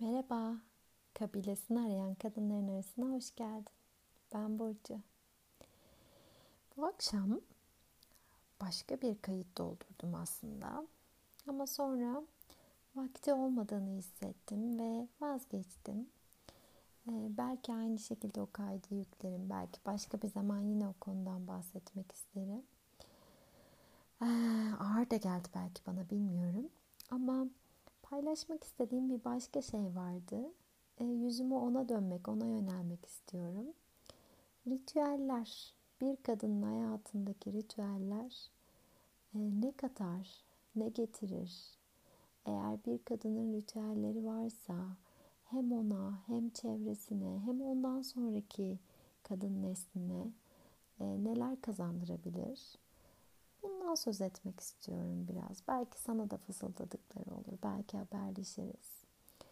Merhaba, kabilesini arayan kadınların arasına hoş geldin. Ben Burcu. Bu akşam başka bir kayıt doldurdum aslında. Ama sonra vakti olmadığını hissettim ve vazgeçtim. Belki aynı şekilde o kaydı yüklerim. Belki başka bir zaman yine o konudan bahsetmek isterim. Ağır da geldi belki bana bilmiyorum. Ama paylaşmak istediğim bir başka şey vardı. Yüzümü ona dönmek, ona yönelmek istiyorum. Ritüeller, bir kadının hayatındaki ritüeller ne katar, ne getirir? Eğer bir kadının ritüelleri varsa hem ona, hem çevresine, hem ondan sonraki kadın nesline neler kazandırabilir? Bundan söz etmek istiyorum biraz. Belki sana da fısıldadıkları olur, belki haberleşiriz.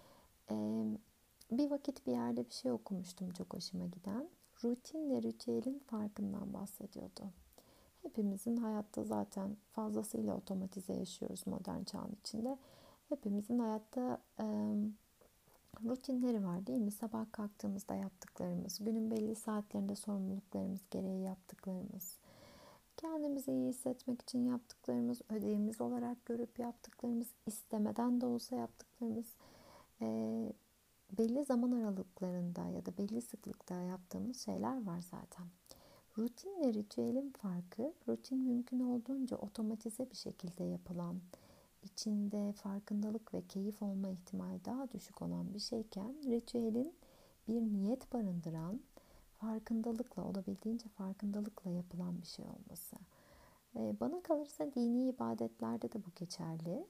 Bir vakit bir yerde bir şey okumuştum çok hoşuma giden. Rutinle ritüelin farkından bahsediyordu. Hepimizin hayatta zaten fazlasıyla otomatize yaşıyoruz modern çağın içinde. Hepimizin hayatta rutinleri var değil mi? Sabah kalktığımızda yaptıklarımız, günün belli saatlerinde sorumluluklarımız gereği yaptıklarımız, kendimizi iyi hissetmek için yaptıklarımız, ödevimiz olarak görüp yaptıklarımız, istemeden de olsa yaptıklarımız, belli zaman aralıklarında ya da belli sıklıkta yaptığımız şeyler var zaten. Rutinle ritüelin farkı, rutin mümkün olduğunca otomatize bir şekilde yapılan, içinde farkındalık ve keyif olma ihtimali daha düşük olan bir şeyken, ritüelin bir niyet barındıran, farkındalıkla, olabildiğince farkındalıkla yapılan bir şey olması. Bana kalırsa dini ibadetlerde de bu geçerli.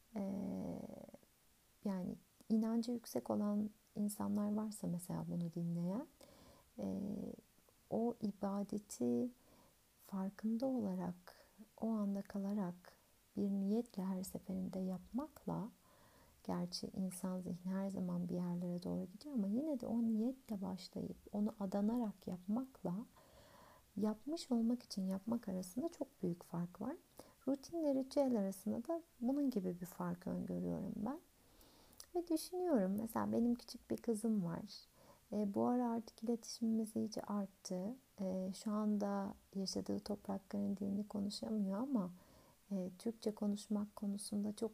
Yani inancı yüksek olan insanlar varsa mesela bunu dinleyen, e, o ibadeti farkında olarak, o anda kalarak bir niyetle her seferinde yapmakla, gerçi insan zihni her zaman bir yerlere doğru gidiyor ama yine de o niyetle başlayıp onu adanarak yapmakla yapmış olmak için yapmak arasında çok büyük fark var. Rutinle ritüel arasında da bunun gibi bir fark öngörüyorum ben. Ve düşünüyorum, mesela benim küçük bir kızım var. Bu ara artık iletişimimiz iyice arttı. Şu anda yaşadığı toprakların dilini konuşamıyor ama Türkçe konuşmak konusunda çok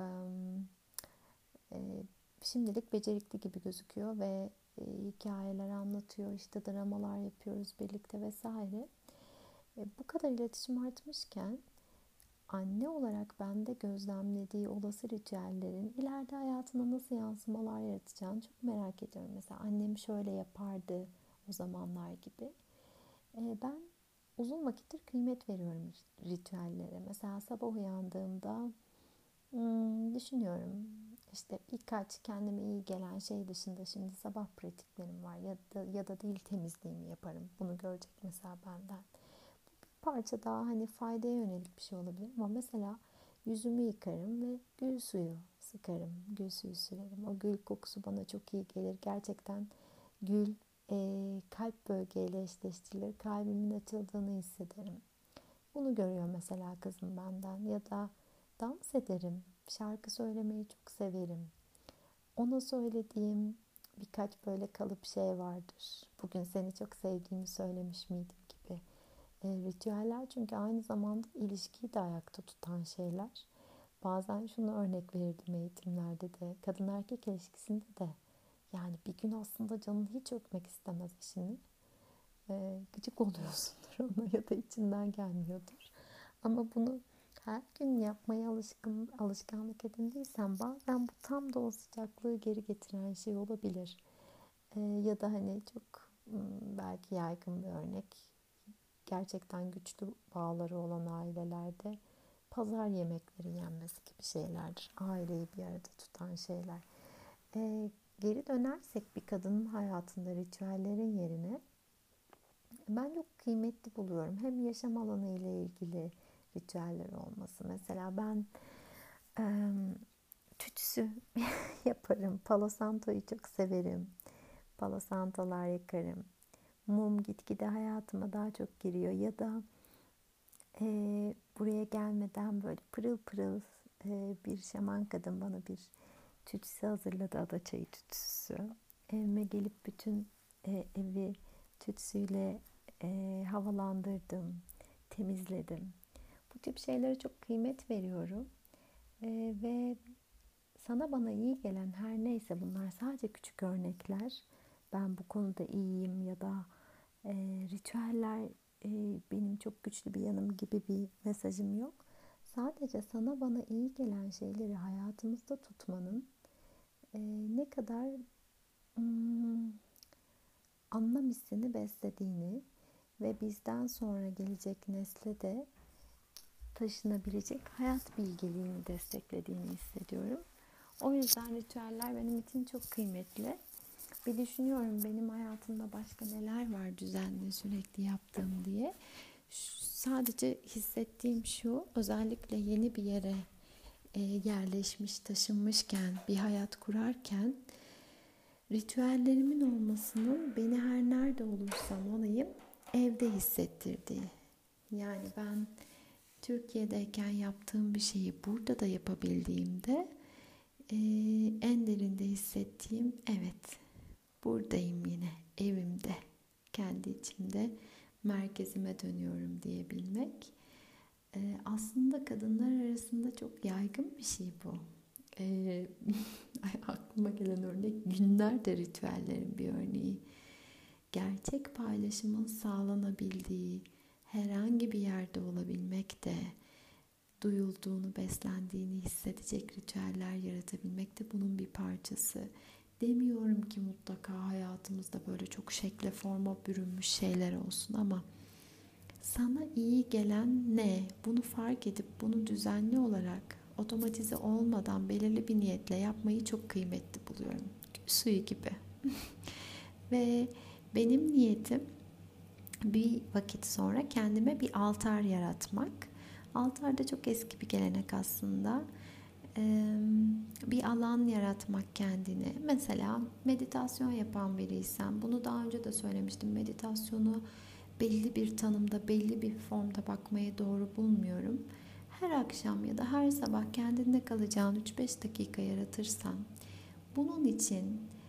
e, şimdilik becerikli gibi gözüküyor ve hikayeler anlatıyor, işte dramalar yapıyoruz birlikte vesaire. Bu kadar iletişim artmışken anne olarak bende gözlemlediği olası ritüellerin ileride hayatına nasıl yansımalar yaratacağını çok merak ediyorum. Mesela annem şöyle yapardı o zamanlar gibi. Ben uzun vakittir kıymet veriyorum ritüellere. Mesela sabah uyandığımda düşünüyorum. İşte birkaç kendime iyi gelen şey dışında şimdi sabah pratiklerim var ya da dil temizliğimi yaparım. Bunu görecek mesela benden. Parça daha hani faydaya yönelik bir şey olabilir ama mesela yüzümü yıkarım ve gül suyu sıkarım, gül suyu sürerim. O gül kokusu bana çok iyi gelir. Gerçekten gül kalp bölgeyle eşleştirilir. Kalbimin açıldığını hissederim. Bunu görüyor mesela kızım benden. Ya da dans ederim, şarkı söylemeyi çok severim. Ona söylediğim birkaç böyle kalıp şey vardır. Bugün seni çok sevdiğimi söylemiş miydim gibi. Ritüeller çünkü aynı zamanda ilişkiyi de ayakta tutan şeyler. Bazen şunu örnek verirdim eğitimlerde de. Kadın erkek ilişkisinde de. Yani bir gün aslında canın hiç öpmek istemez eşini. Gıcık oluyorsundur ona ya da içinden gelmiyordur. Ama bunu her gün yapmaya alışkanlık edindiysen bazen bu tam da o sıcaklığı geri getiren şey olabilir. Ya da hani çok belki yaygın bir örnek, gerçekten güçlü bağları olan ailelerde pazar yemekleri yenmesi gibi şeylerdir. Aileyi bir arada tutan şeyler. Geri dönersek bir kadının hayatında ritüellerin yerine ben çok kıymetli buluyorum. Hem yaşam alanı ile ilgili ritüeller olması. Mesela ben e, tütsü yaparım. Palo Santo'yu çok severim. Palo Santo'lar yakarım. Mum gitgide hayatıma daha çok giriyor. Ya da buraya gelmeden böyle pırıl pırıl bir şaman kadın bana bir tütsü hazırladı, adaçayı tütsüsü. Evime gelip bütün evi tütsüyle havalandırdım, temizledim. Bu tip şeylere çok kıymet veriyorum. Ve sana bana iyi gelen her neyse, bunlar sadece küçük örnekler. Ben bu konuda iyiyim ya da e, ritüeller benim çok güçlü bir yanım gibi bir mesajım yok. Sadece sana bana iyi gelen şeyleri hayatımızda tutmanın e, ne kadar hmm, anlam hissini beslediğini ve bizden sonra gelecek nesle de taşınabilecek hayat bilgeliğini desteklediğini hissediyorum. O yüzden ritüeller benim için çok kıymetli. Bir düşünüyorum, benim hayatımda başka neler var düzenli sürekli yaptığım diye. Sadece hissettiğim şu: özellikle yeni bir yere yerleşmiş, taşınmışken, bir hayat kurarken ritüellerimin olmasının beni her nerede olursam olayım evde hissettirdiği. Yani ben Türkiye'deyken yaptığım bir şeyi burada da yapabildiğimde en derinde hissettiğim, evet, buradayım, yine evimde, kendi içimde merkezime dönüyorum diyebilmek. Aslında kadınlar arasında çok yaygın bir şey bu. E, Aklıma gelen örnek günlerde ritüellerin bir örneği. Gerçek paylaşımın sağlanabildiği herhangi bir yerde olabilmek de, duyulduğunu, beslendiğini hissedecek ritüeller yaratabilmek de bunun bir parçası. Demiyorum ki mutlaka hayatımızda böyle çok şekle forma bürünmüş şeyler olsun, ama sana iyi gelen ne? Bunu fark edip bunu düzenli olarak, otomatize olmadan belirli bir niyetle yapmayı çok kıymetli buluyorum. Gül suyu gibi. Ve benim niyetim bir vakit sonra kendime bir altar yaratmak. Altar da çok eski bir gelenek aslında. Bir alan yaratmak kendine. Mesela meditasyon yapan biriysen, bunu daha önce de söylemiştim. Meditasyonu belli bir tanımda, belli bir formda bakmayı doğru bulmuyorum. Her akşam ya da her sabah kendinde kalacağın 3-5 dakika yaratırsan, bunun için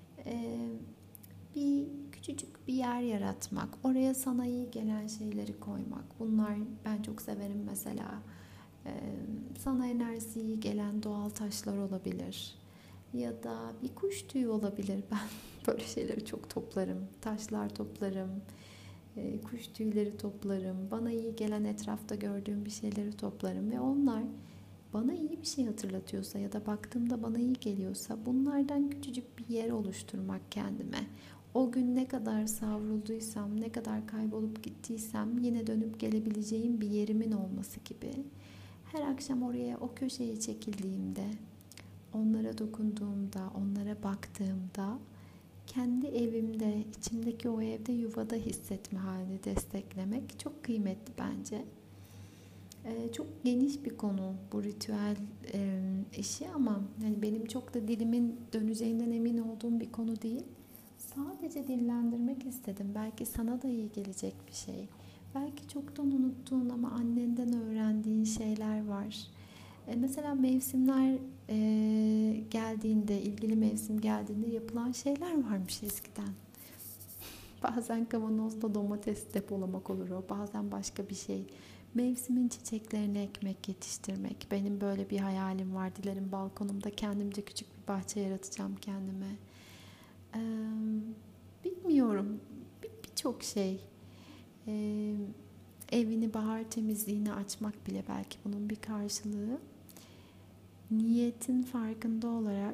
bir küçücük bir yer yaratmak, oraya sana iyi gelen şeyleri koymak. Bunlar, ben çok severim mesela. Sana enerjisi iyi gelen doğal taşlar olabilir. Ya da bir kuş tüyü olabilir. Ben böyle şeyleri çok toplarım. Taşlar toplarım. Kuş tüyleri toplarım. Bana iyi gelen, etrafta gördüğüm bir şeyleri toplarım. Ve onlar bana iyi bir şey hatırlatıyorsa ya da baktığımda bana iyi geliyorsa, bunlardan küçücük bir yer oluşturmak kendime. O gün ne kadar savrulduysam, ne kadar kaybolup gittiysem, yine dönüp gelebileceğim bir yerimin olması gibi. Her akşam oraya, o köşeye çekildiğimde, onlara dokunduğumda, onlara baktığımda, kendi evimde, içimdeki o evde, yuvada hissetme halini desteklemek çok kıymetli bence. Çok geniş bir konu bu ritüel işi, ama yani benim çok da dilimin döneceğinden emin olduğum bir konu değil. Sadece dillendirmek istedim. Belki sana da iyi gelecek bir şey. Belki çoktan unuttuğun ama annenden öğrendiğin şeyler var. Mesela mevsimler geldiğinde, ilgili mevsim geldiğinde yapılan şeyler varmış eskiden. Bazen kavanozda domates depolamak olur o. Bazen başka bir şey. Mevsimin çiçeklerini ekmek, yetiştirmek. Benim böyle bir hayalim var. Dilerim balkonumda kendimce küçük bir bahçe yaratacağım kendime. Ee, Bilmiyorum. Birçok şey. Ee, Evini, bahar temizliğini açmak bile belki bunun bir karşılığı. Niyetin farkında olarak,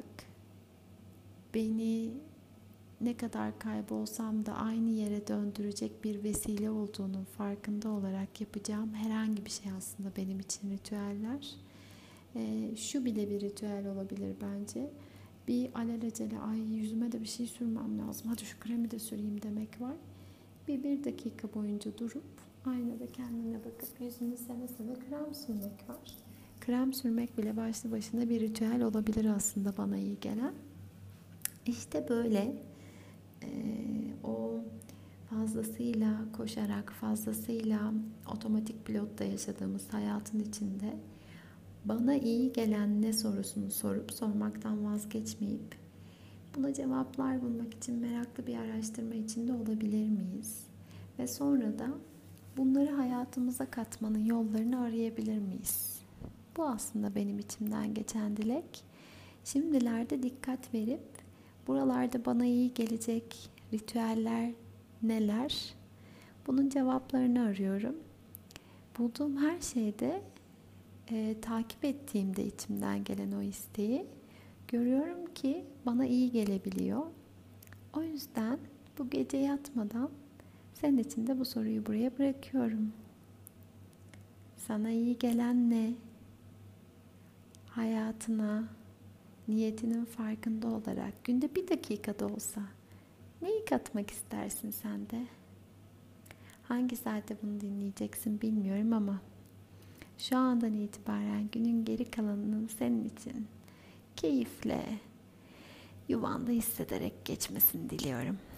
beni ne kadar kaybolsam da aynı yere döndürecek bir vesile olduğunun farkında olarak yapacağım herhangi bir şey aslında benim için ritüeller. Şu bile bir ritüel olabilir bence. Bir alelacele, ay yüzüme de bir şey sürmem lazım, hadi şu kremi de süreyim demek var. Bir dakika boyunca durup aynada kendine bakıp yüzünü seve seve krem sürmek var. Krem sürmek bile başlı başına bir ritüel olabilir aslında, bana iyi gelen. İşte böyle o fazlasıyla koşarak, fazlasıyla otomatik pilotta yaşadığımız hayatın içinde Bana iyi gelen ne sorusunu sorup sormaktan vazgeçmeyip buna cevaplar bulmak için meraklı bir araştırma içinde olabilir miyiz? Ve sonra da bunları hayatımıza katmanın yollarını arayabilir miyiz? Bu aslında benim içimden geçen dilek. Şimdilerde dikkat verip buralarda bana iyi gelecek ritüeller neler? Bunun cevaplarını arıyorum. Bulduğum her şeyde takip ettiğimde içimden gelen o isteği görüyorum ki bana iyi gelebiliyor. O yüzden bu gece yatmadan senin için de bu soruyu buraya bırakıyorum. Sana iyi gelen ne? Hayatına, niyetinin farkında olarak günde 1 dakikada olsa neyi katmak istersin sen de? Hangi saatte bunu dinleyeceksin bilmiyorum ama şu andan itibaren günün geri kalanının senin için keyifle, yuvanda hissederek geçmesini diliyorum.